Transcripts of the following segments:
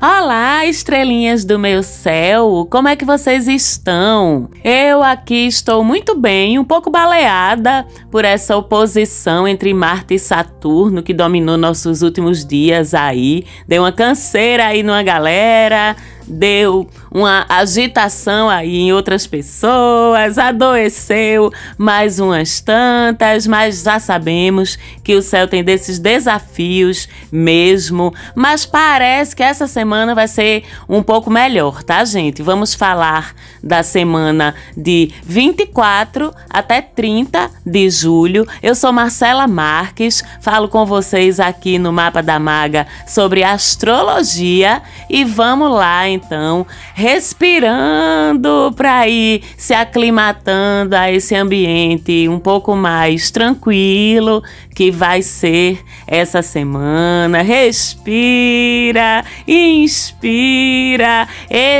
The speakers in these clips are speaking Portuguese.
Olá, estrelinhas do meu céu! Como é que vocês estão? Eu aqui estou muito bem, um pouco baleada por essa oposição entre Marte e Saturno que dominou nossos últimos dias aí. Deu uma canseira aí numa galera, deu uma agitação aí em outras pessoas, adoeceu mais umas tantas, mas já sabemos que o céu tem desses desafios mesmo, mas parece que essa semana vai ser um pouco melhor, tá, gente? Vamos falar da semana de 24 até 30 de julho. Eu sou Marcela Marques, falo com vocês aqui no Mapa da Maga sobre astrologia e vamos lá, então, respirando para ir se aclimatando a esse ambiente um pouco mais tranquilo que vai ser essa semana. Respira, inspira,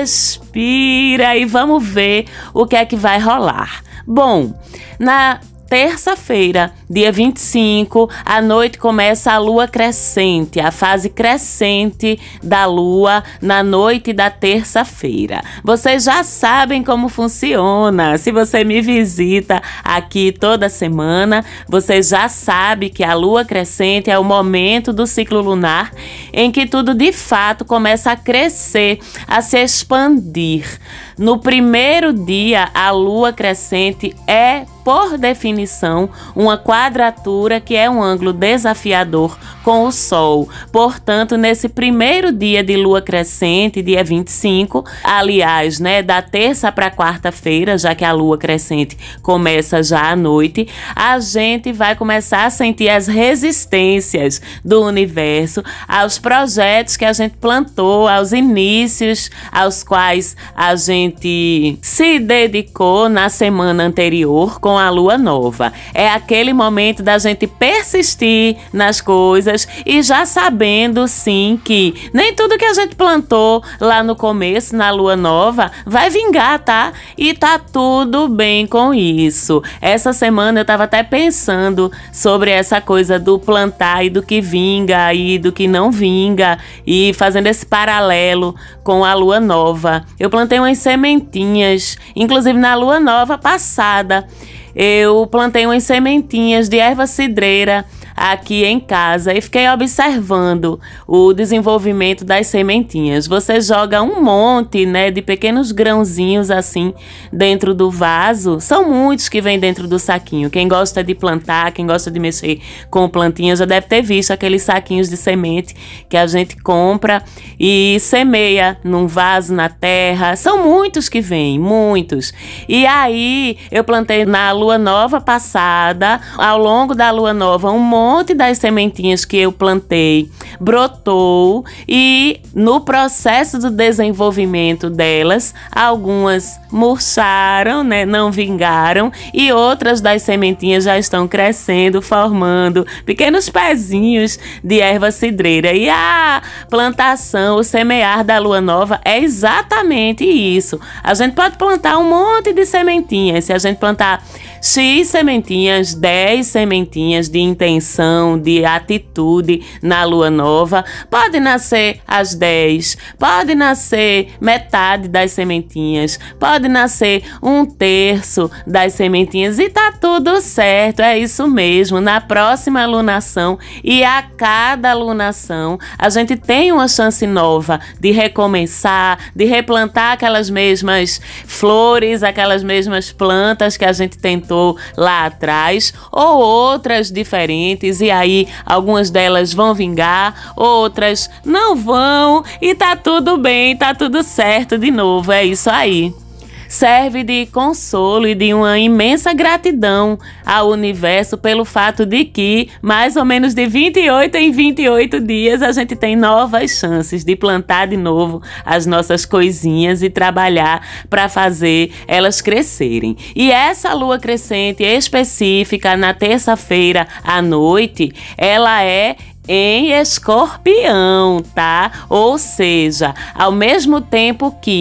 expira e vamos ver o que é que vai rolar. Bom, na terça-feira, dia 25, à noite começa a lua crescente, a fase crescente da lua na noite da terça-feira. Vocês já sabem como funciona. Se você me visita aqui toda semana, você já sabe que a lua crescente é o momento do ciclo lunar em que tudo de fato começa a crescer, a se expandir. No primeiro dia, a lua crescente é, por definição, uma quadratura que é um ângulo desafiador com o Sol. Portanto, nesse primeiro dia de lua crescente, dia 25, aliás, da terça para quarta-feira, já que a lua crescente começa já à noite, a gente vai começar a sentir as resistências do universo aos projetos que a gente plantou, aos inícios aos quais a gente se dedicou na semana anterior com a lua nova. É aquele momento da gente persistir nas coisas e já sabendo, sim, que nem tudo que a gente plantou lá no começo, na lua nova, vai vingar, tá? E tá tudo bem com isso. Essa semana eu tava até pensando sobre essa coisa do plantar e do que vinga e do que não vinga e fazendo esse paralelo com a lua nova. Eu plantei umas sementinhas, inclusive na lua nova passada. Eu plantei umas sementinhas de erva cidreira aqui em casa e fiquei observando o desenvolvimento das sementinhas. Você joga um monte, de pequenos grãozinhos assim dentro do vaso. São muitos que vêm dentro do saquinho. Quem gosta de plantar, quem gosta de mexer com plantinhas já deve ter visto aqueles saquinhos de semente que a gente compra e semeia num vaso na terra. São muitos que vêm, muitos. E aí eu plantei na lua nova passada, ao longo da lua nova, um monte das sementinhas que eu plantei brotou e no processo do desenvolvimento delas, algumas murcharam, não vingaram e outras das sementinhas já estão crescendo, formando pequenos pezinhos de erva cidreira. E a plantação, o semear da lua nova é exatamente isso. A gente pode plantar um monte de sementinhas. Se a gente plantar X sementinhas, 10 sementinhas de intenção, de atitude na lua nova, pode nascer as 10, pode nascer metade das sementinhas, pode nascer 1/3 das sementinhas e tá tudo certo, é isso mesmo. Na próxima lunação e a cada lunação, a gente tem uma chance nova de recomeçar, de replantar aquelas mesmas flores, aquelas mesmas plantas que a gente tentou lá atrás, ou outras diferentes, e aí algumas delas vão vingar, outras não vão, e tá tudo bem, tá tudo certo de novo, é isso aí. Serve de consolo e de uma imensa gratidão ao universo pelo fato de que, mais ou menos de 28 em 28 dias, a gente tem novas chances de plantar de novo as nossas coisinhas e trabalhar para fazer elas crescerem. E essa lua crescente específica na terça-feira à noite, ela é em Escorpião, tá? Ou seja, ao mesmo tempo que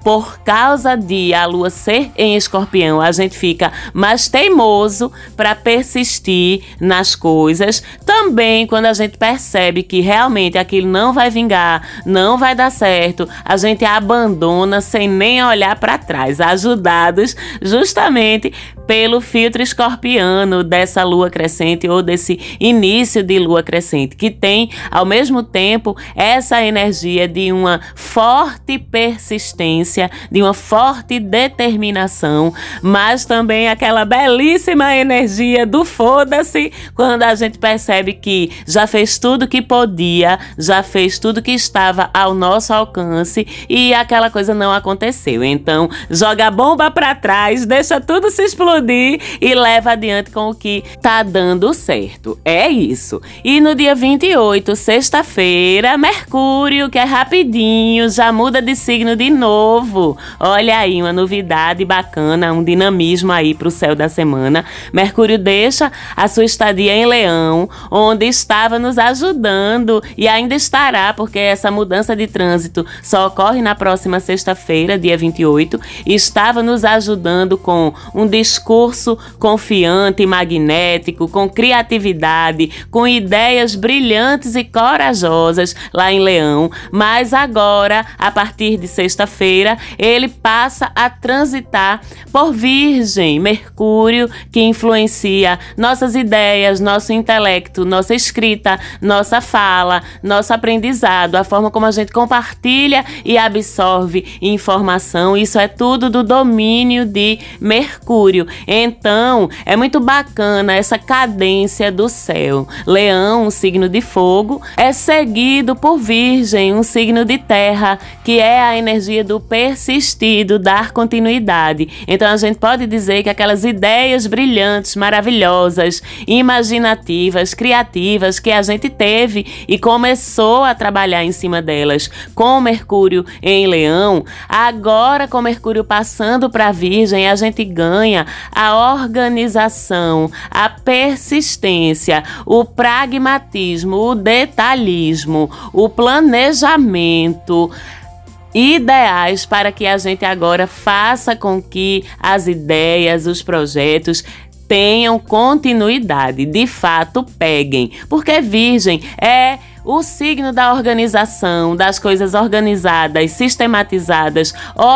por causa de a lua ser em escorpião, a gente fica mais teimoso para persistir nas coisas. Também quando a gente percebe que realmente aquilo não vai vingar, não vai dar certo, a gente abandona sem nem olhar para trás, ajudados justamente pelo filtro escorpiano dessa lua crescente ou desse início de lua crescente, que tem ao mesmo tempo essa energia de uma forte persistência, de uma forte determinação, mas também aquela belíssima energia do foda-se, quando a gente percebe que já fez tudo que podia, já fez tudo que estava ao nosso alcance e aquela coisa não aconteceu. Então, joga a bomba pra trás, deixa tudo se explodir e leva adiante com o que tá dando certo. É isso. E no dia 28, sexta-feira, Mercúrio, que é rapidinho, já muda de signo de novo. Olha aí, uma novidade bacana, um dinamismo aí pro céu da semana. Mercúrio deixa a sua estadia em Leão, onde estava nos ajudando e ainda estará, porque essa mudança de trânsito só ocorre na próxima sexta-feira, dia 28, e estava nos ajudando com um discurso confiante e magnético, com criatividade, com ideias brilhantes e corajosas lá em Leão. Mas agora, a partir de sexta-feira, ele passa a transitar por Virgem, Mercúrio, que influencia nossas ideias, nosso intelecto, nossa escrita, nossa fala, nosso aprendizado, a forma como a gente compartilha e absorve informação. Isso é tudo do domínio de Mercúrio. Então, é muito bacana essa cadência do céu. Leão, um signo de fogo, é seguido por Virgem, um signo de terra, que é a energia do persistir, do dar continuidade. Então, a gente pode dizer que aquelas ideias brilhantes, maravilhosas, imaginativas, criativas que a gente teve e começou a trabalhar em cima delas com Mercúrio em Leão, agora com Mercúrio passando para Virgem, a gente ganha a organização, a persistência, o pragmatismo, o detalhismo, o planejamento, ideais para que a gente agora faça com que as ideias, os projetos tenham continuidade, de fato peguem, porque Virgem é o signo da organização, das coisas organizadas, sistematizadas,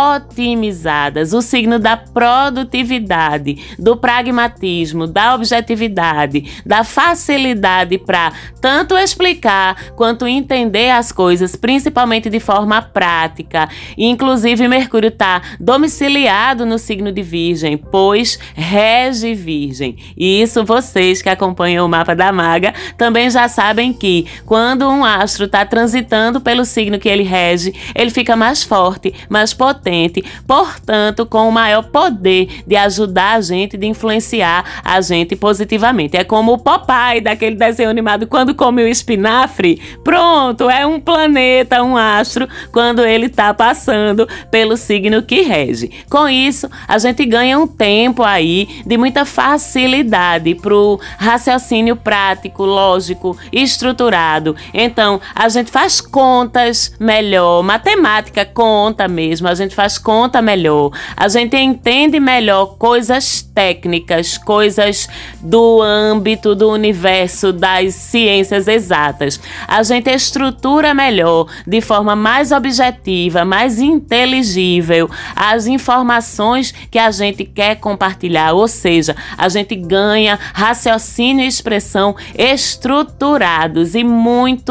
otimizadas, o signo da produtividade, do pragmatismo, da objetividade, da facilidade para tanto explicar quanto entender as coisas, principalmente de forma prática. Inclusive, Mercúrio está domiciliado no signo de Virgem, pois rege Virgem. E isso vocês que acompanham o mapa da Maga também já sabem que quando um astro está transitando pelo signo que ele rege, ele fica mais forte, mais potente, portanto, com o maior poder de ajudar a gente, de influenciar a gente positivamente. É como o Popeye daquele desenho animado, quando come o espinafre. Pronto, é um planeta, um astro, quando ele está passando pelo signo que rege. Com isso, a gente ganha um tempo aí de muita facilidade para o raciocínio prático, lógico e estruturado. Então, a gente faz contas melhor, matemática conta mesmo, a gente faz conta melhor, a gente entende melhor coisas técnicas, coisas do âmbito do universo das ciências exatas. A gente estrutura melhor, de forma mais objetiva, mais inteligível, as informações que a gente quer compartilhar, ou seja, a gente ganha raciocínio e expressão estruturados e muito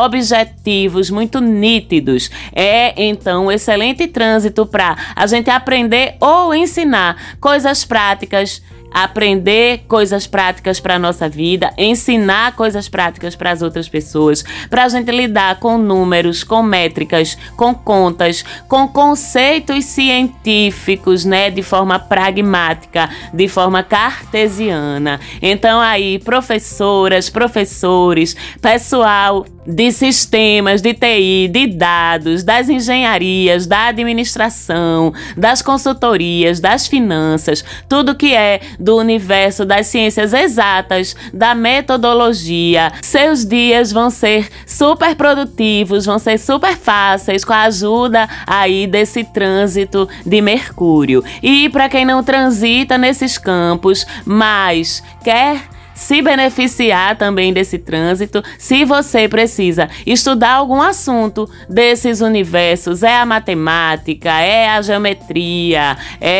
objetivos, muito nítidos. É, então, um excelente trânsito para a gente aprender ou ensinar coisas práticas, aprender coisas práticas para a nossa vida, ensinar coisas práticas para as outras pessoas, para a gente lidar com números, com métricas, com contas, com conceitos científicos, né, de forma pragmática, de forma cartesiana. Então aí, professoras, professores, pessoal de sistemas, de TI, de dados, das engenharias, da administração, das consultorias, das finanças, tudo que é do universo das ciências exatas, da metodologia. Seus dias vão ser super produtivos, vão ser super fáceis com a ajuda aí desse trânsito de Mercúrio. E para quem não transita nesses campos, mas quer se beneficiar também desse trânsito, se você precisa estudar algum assunto desses universos, é a matemática, é a geometria,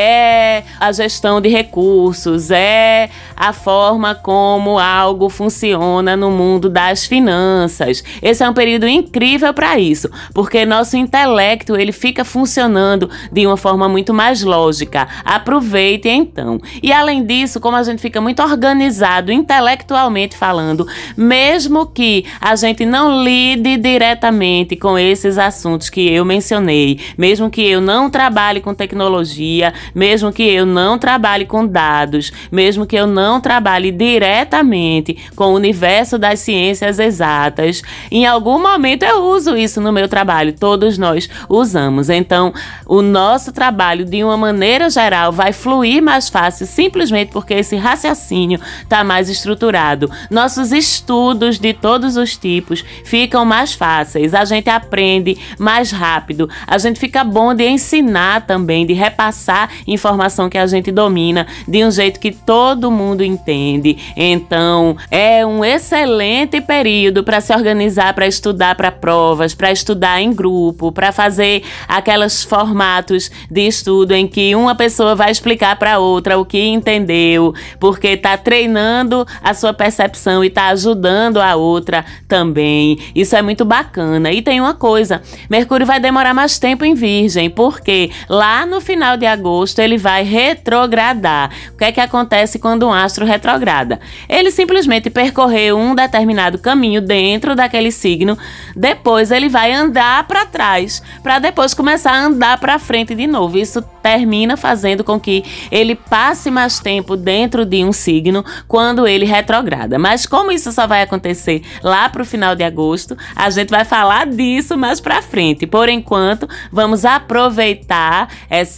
é a gestão de recursos, é a forma como algo funciona no mundo das finanças. Esse é um período incrível para isso, porque nosso intelecto ele fica funcionando de uma forma muito mais lógica. Aproveite então. E além disso, como a gente fica muito organizado intelectualmente falando, mesmo que a gente não lide diretamente com esses assuntos que eu mencionei, mesmo que eu não trabalhe com tecnologia, mesmo que eu não trabalhe com dados, mesmo que eu não trabalhe diretamente com o universo das ciências exatas, em algum momento eu uso isso no meu trabalho, todos nós usamos. Então, o nosso trabalho, de uma maneira geral, vai fluir mais fácil, simplesmente porque esse raciocínio está mais estruturado. Nossos estudos de todos os tipos ficam mais fáceis, a gente aprende mais rápido, a gente fica bom de ensinar também, de repassar informação que a gente domina de um jeito que todo mundo entende. Então, é um excelente período para se organizar, para estudar para provas, para estudar em grupo, para fazer aqueles formatos de estudo em que uma pessoa vai explicar para outra o que entendeu, porque está treinando a sua percepção e está ajudando a outra também. Isso é muito bacana. E tem uma coisa, Mercúrio vai demorar mais tempo em Virgem, porque lá no final de agosto ele vai retrogradar. O que é que acontece quando um astro retrograda? Ele simplesmente percorreu um determinado caminho dentro daquele signo, depois ele vai andar para trás, para depois começar a andar para frente de novo. Isso termina fazendo com que ele passe mais tempo dentro de um signo quando ele retrograda. Mas como isso só vai acontecer lá para o final de agosto, a gente vai falar disso mais para frente. Por enquanto, vamos aproveitar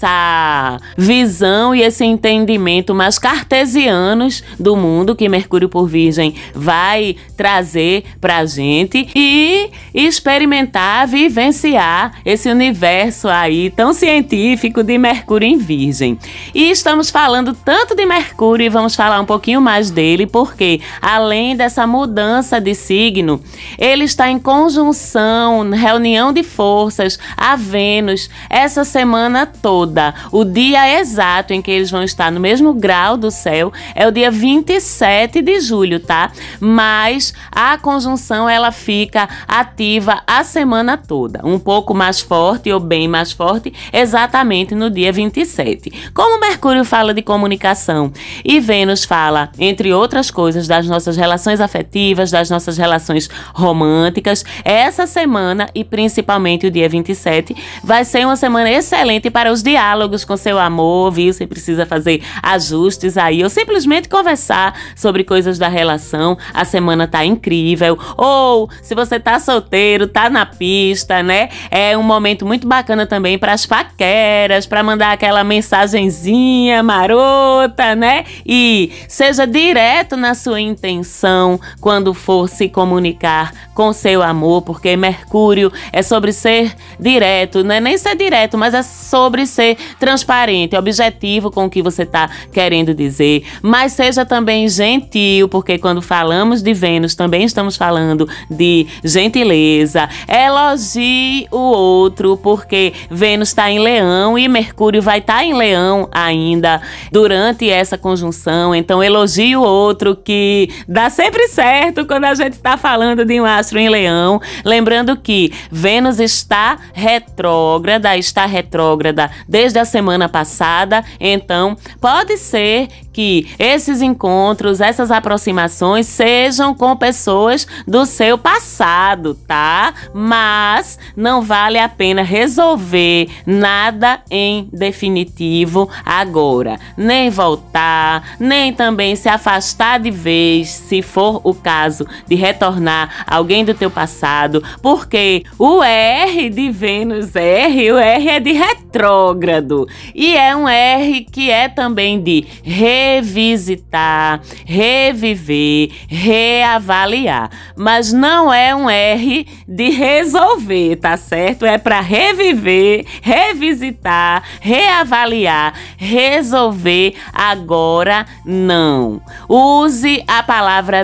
essa visão e esse entendimento mais cartesianos do mundo que Mercúrio por Virgem vai trazer para a gente e experimentar, vivenciar esse universo aí tão científico de Mercúrio em Virgem. E estamos falando tanto de Mercúrio e vamos falar um pouquinho mais dele, porque além dessa mudança de signo, ele está em conjunção, reunião de forças a Vênus essa semana toda. O dia exato em que eles vão estar no mesmo grau do céu é o dia 27 de julho, tá? Mas a conjunção ela fica ativa a semana toda, um pouco mais forte ou bem mais forte, exatamente no dia 27. Como Mercúrio fala de comunicação e Vênus fala, entre outras coisas, das nossas relações afetivas, das nossas relações românticas, essa semana e principalmente o dia 27 vai ser uma semana excelente para os diálogos com seu amor, viu? Você precisa fazer ajustes aí ou simplesmente conversar sobre coisas da relação. A semana tá incrível. Ou se você tá solteiro, tá na pista, né? É um momento muito bacana também para as paqueras, para mandar aquela mensagenzinha marota, né? E seja direto na sua intenção quando for se comunicar com seu amor, porque Mercúrio é sobre ser direto, não é nem ser direto, mas é sobre ser transparente, objetivo com o que você está querendo dizer, mas seja também gentil, porque quando falamos de Vênus também estamos falando de gentileza. Elogie o outro, porque Vênus está em Leão e Mercúrio vai estar em Leão ainda durante essa conjunção, então elogie o outro, que dá sempre certo quando a gente está falando de um astro em Leão. Lembrando que Vênus está retrógrada desde a semana passada, então pode ser que esses encontros, essas aproximações sejam com pessoas do seu passado, tá? Mas não vale a pena resolver nada em definitivo agora. Nem voltar, nem também se afastar de vez, se for o caso de retornar alguém do teu passado, porque o R de Vênus R, o R é de retrógrado e é um R que é também de revisitar, reviver, reavaliar, mas não é um R de resolver, tá certo? É para reviver, revisitar, reavaliar, resolver agora não. Use a palavra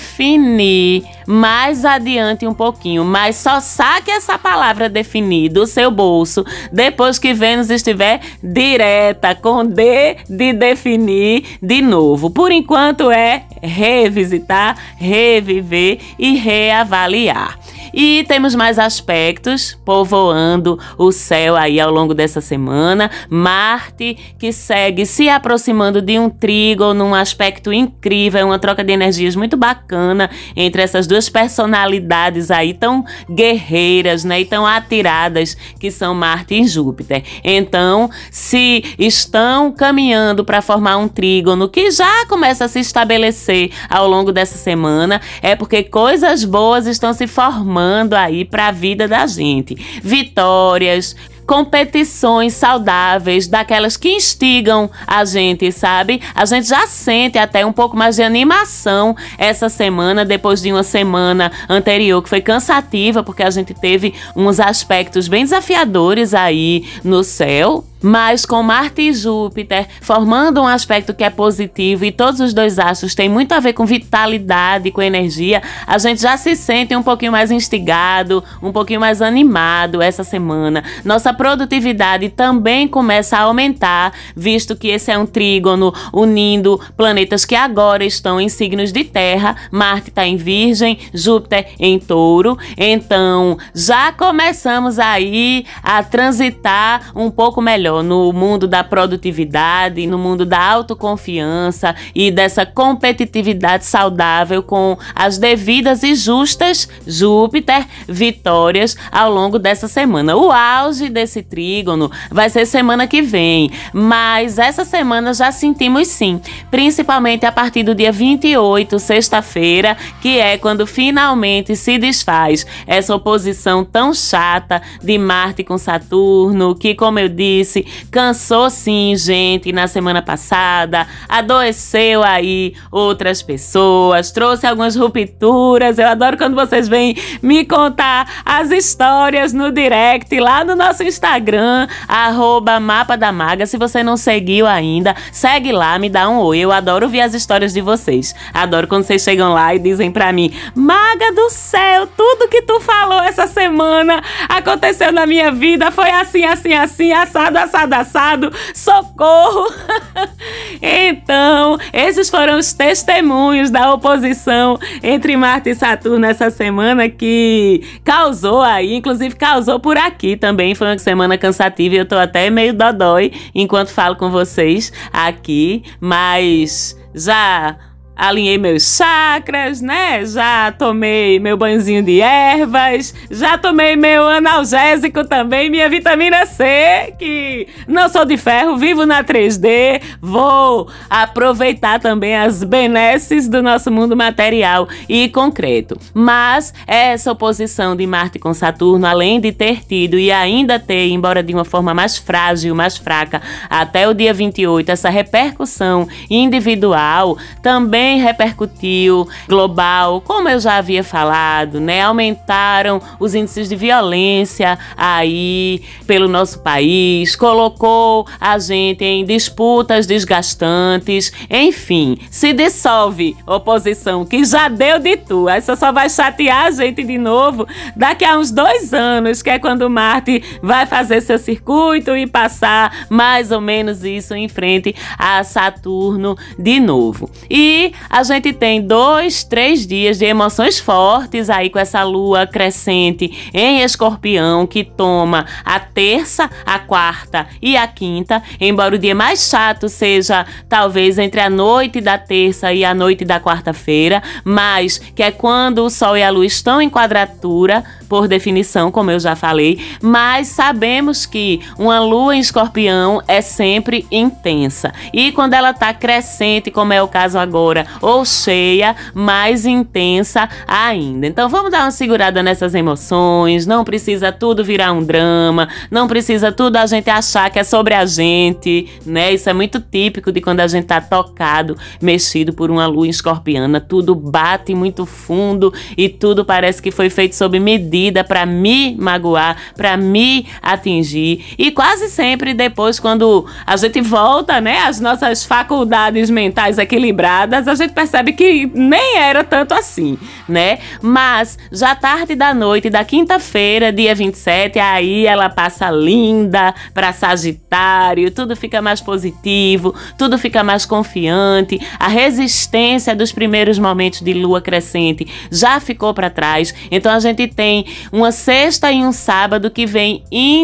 definir mais adiante um pouquinho, mas só saque essa palavra definir do seu bolso depois que Vênus estiver direta, com D de definir de novo. Por enquanto é revisitar, reviver e reavaliar. E temos mais aspectos povoando o céu aí ao longo dessa semana. Marte, que segue se aproximando de um trígono, um aspecto incrível, uma troca de energias muito bacana entre essas duas personalidades aí tão guerreiras, né, e tão atiradas que são Marte e Júpiter. Então, se estão caminhando para formar um trígono que já começa a se estabelecer ao longo dessa semana, é porque coisas boas estão se formando aí para a vida da gente. Vitórias, competições saudáveis, daquelas que instigam a gente, sabe? A gente já sente até um pouco mais de animação essa semana, depois de uma semana anterior que foi cansativa, porque a gente teve uns aspectos bem desafiadores aí no céu. Mas com Marte e Júpiter formando um aspecto que é positivo e todos os dois astros têm muito a ver com vitalidade, com energia, a gente já se sente um pouquinho mais instigado, um pouquinho mais animado essa semana. Nossa produtividade também começa a aumentar, visto que esse é um trígono unindo planetas que agora estão em signos de terra. Marte está em Virgem, Júpiter em Touro. Então já começamos aí a transitar um pouco melhor no mundo da produtividade, no mundo da autoconfiança e dessa competitividade saudável com as devidas e justas Júpiter vitórias ao longo dessa semana. O auge desse trígono vai ser semana que vem, mas essa semana já sentimos sim, principalmente a partir do dia 28, sexta-feira, que é quando finalmente se desfaz essa oposição tão chata de Marte com Saturno, que, como eu disse, cansou sim, gente, na semana passada, adoeceu aí outras pessoas, trouxe algumas rupturas. Eu adoro quando vocês vêm me contar as histórias no direct, lá no nosso Instagram, @mapadamaga. Se você não seguiu ainda, segue lá, me dá um oi. Eu adoro ver as histórias de vocês. Adoro quando vocês chegam lá e dizem pra mim: Maga do céu, tudo que tu falou essa semana aconteceu na minha vida, foi assim, assim, assim, assado, assado, assado, socorro! Então, esses foram os testemunhos da oposição entre Marte e Saturno essa semana, que causou aí, inclusive causou por aqui também. Foi uma semana cansativa e eu tô até meio dodói enquanto falo com vocês aqui, mas já alinhei meus chakras, né? Já tomei meu banhozinho de ervas, já tomei meu analgésico também, minha vitamina C, que não sou de ferro, vivo na 3D. Vou aproveitar também as benesses do nosso mundo material e concreto. Mas essa oposição de Marte com Saturno, além de ter tido e ainda ter, embora de uma forma mais frágil, mais fraca, até o dia 28, essa repercussão individual, também repercutiu global, como eu já havia falado, né? Aumentaram os índices de violência aí pelo nosso país, colocou a gente em disputas desgastantes, enfim, se dissolve oposição que já deu de tu. Essa só vai chatear a gente de novo daqui a uns 2 anos, que é quando Marte vai fazer seu circuito e passar mais ou menos isso em frente a Saturno de novo. E E a gente tem 2, 3 dias de emoções fortes aí com essa lua crescente em Escorpião, que toma a terça, a quarta e a quinta, embora o dia mais chato seja talvez entre a noite da terça e a noite da quarta-feira, mas que é quando o Sol e a Lua estão em quadratura, por definição, como eu já falei, mas sabemos que uma lua em Escorpião é sempre intensa. E quando ela tá crescente, como é o caso agora, ou cheia, mais intensa ainda. Então vamos dar uma segurada nessas emoções, não precisa tudo virar um drama, não precisa tudo a gente achar que é sobre a gente, né? Isso é muito típico de quando a gente tá tocado, mexido por uma lua escorpiana, tudo bate muito fundo e tudo parece que foi feito sob medida para me magoar, para me atingir. E quase sempre depois, quando a gente volta, né, às nossas faculdades mentais equilibradas, a gente percebe que nem era tanto assim, né? Mas já tarde da noite da quinta-feira, dia 27, aí ela passa linda para Sagitário, tudo fica mais positivo, tudo fica mais confiante, a resistência dos primeiros momentos de lua crescente já ficou para trás. Então a gente tem uma sexta e um sábado que vem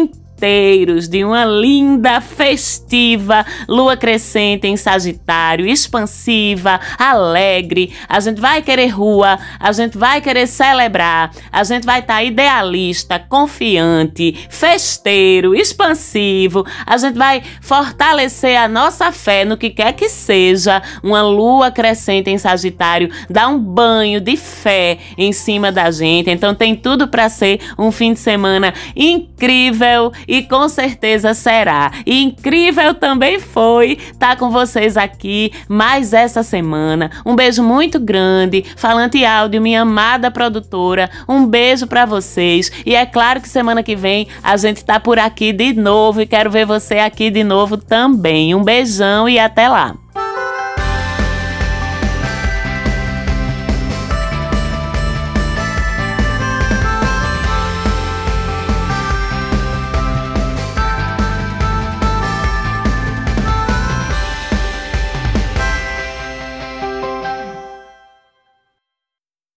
inteiros de uma linda, festiva lua crescente em Sagitário, expansiva, alegre. A gente vai querer rua, a gente vai querer celebrar, a gente vai estar idealista, confiante, festeiro, expansivo. A gente vai fortalecer a nossa fé no que quer que seja. Uma lua crescente em Sagitário dá um banho de fé em cima da gente. Então tem tudo para ser um fim de semana incrível. E com certeza será. E incrível também foi estar com vocês aqui mais essa semana. Um beijo muito grande. Falante Áudio, minha amada produtora. Um beijo pra vocês. E é claro que semana que vem a gente tá por aqui de novo. E quero ver você aqui de novo também. Um beijão e até lá.